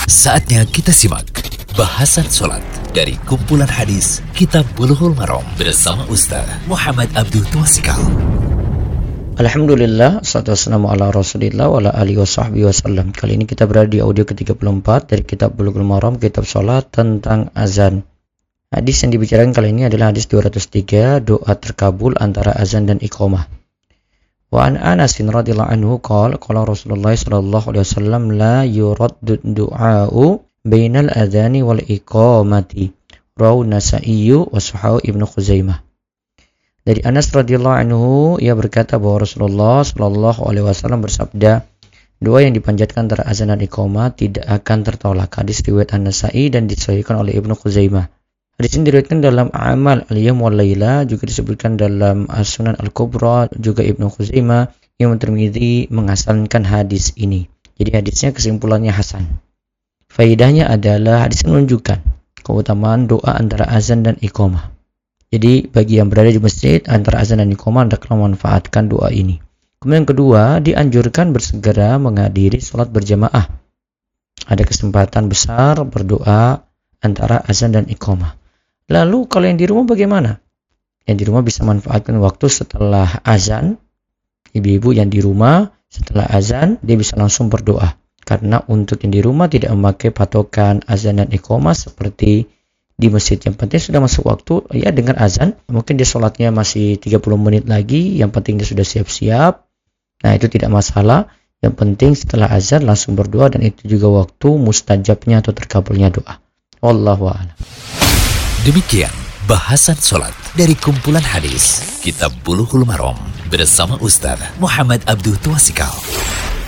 Saatnya kita simak bahasan sholat dari kumpulan hadis Kitab Bulughul Maram bersama Ustaz Muhammad Abdul Twasikal. Alhamdulillah, salatu wassalamu ala rasulillah wa ala alihi wa sahbihi wasallam. Kali ini kita berada di audio ke-34 dari Kitab Bulughul Maram, Kitab Sholat tentang azan. Hadis yang dibicarakan kali ini adalah hadis 203, doa terkabul antara azan dan iqamah. Wa an Anas radhiyallahu anhu qala Rasulullah sallallahu alaihi wasallam la yuraddu du'a'u bainal adhani wal iqamati. Rawahu Nasa'i wa Sahahu Ibnu Khuzaimah. Dari Anas radhiyallahu anhu, ia berkata bahwa Rasulullah sallallahu alaihi wasallam bersabda, doa yang dipanjatkan antara azan dan iqamah tidak akan tertolak. Hadis riwayat An-Nasa'i dan disahihkan oleh Ibnu Khuzaimah. Hadis ini diriwayatkan dalam Amal Al-Yawm wal Laila, juga disebutkan dalam As-Sunan Al-Kubra, juga Ibnu Khuzaimah, Imam Tirmidzi mengasalkan hadis ini. Jadi hadisnya kesimpulannya hasan. Faedahnya adalah hadis menunjukkan keutamaan doa antara azan dan iqamah. Jadi bagi yang berada di masjid antara azan dan iqamah hendaklah memanfaatkan doa ini. Kemudian yang kedua, dianjurkan bersegera menghadiri sholat berjamaah. Ada kesempatan besar berdoa antara azan dan iqamah. Lalu kalau yang di rumah bagaimana? Yang di rumah bisa manfaatkan waktu setelah azan. Ibu-ibu yang di rumah setelah azan dia bisa langsung berdoa. Karena untuk yang di rumah tidak memakai patokan azan dan iqamah seperti di masjid. Yang penting sudah masuk waktu, ya dengar azan. Mungkin dia sholatnya masih 30 menit lagi. Yang penting dia sudah siap-siap. Nah itu tidak masalah. Yang penting setelah azan langsung berdoa. Dan itu juga waktu mustajabnya atau terkabulnya doa. Wallahu a'lam. Demikian bahasan sholat dari kumpulan hadis Kitab Bulughul Maram bersama Ustaz Muhammad Abdul Twasikal.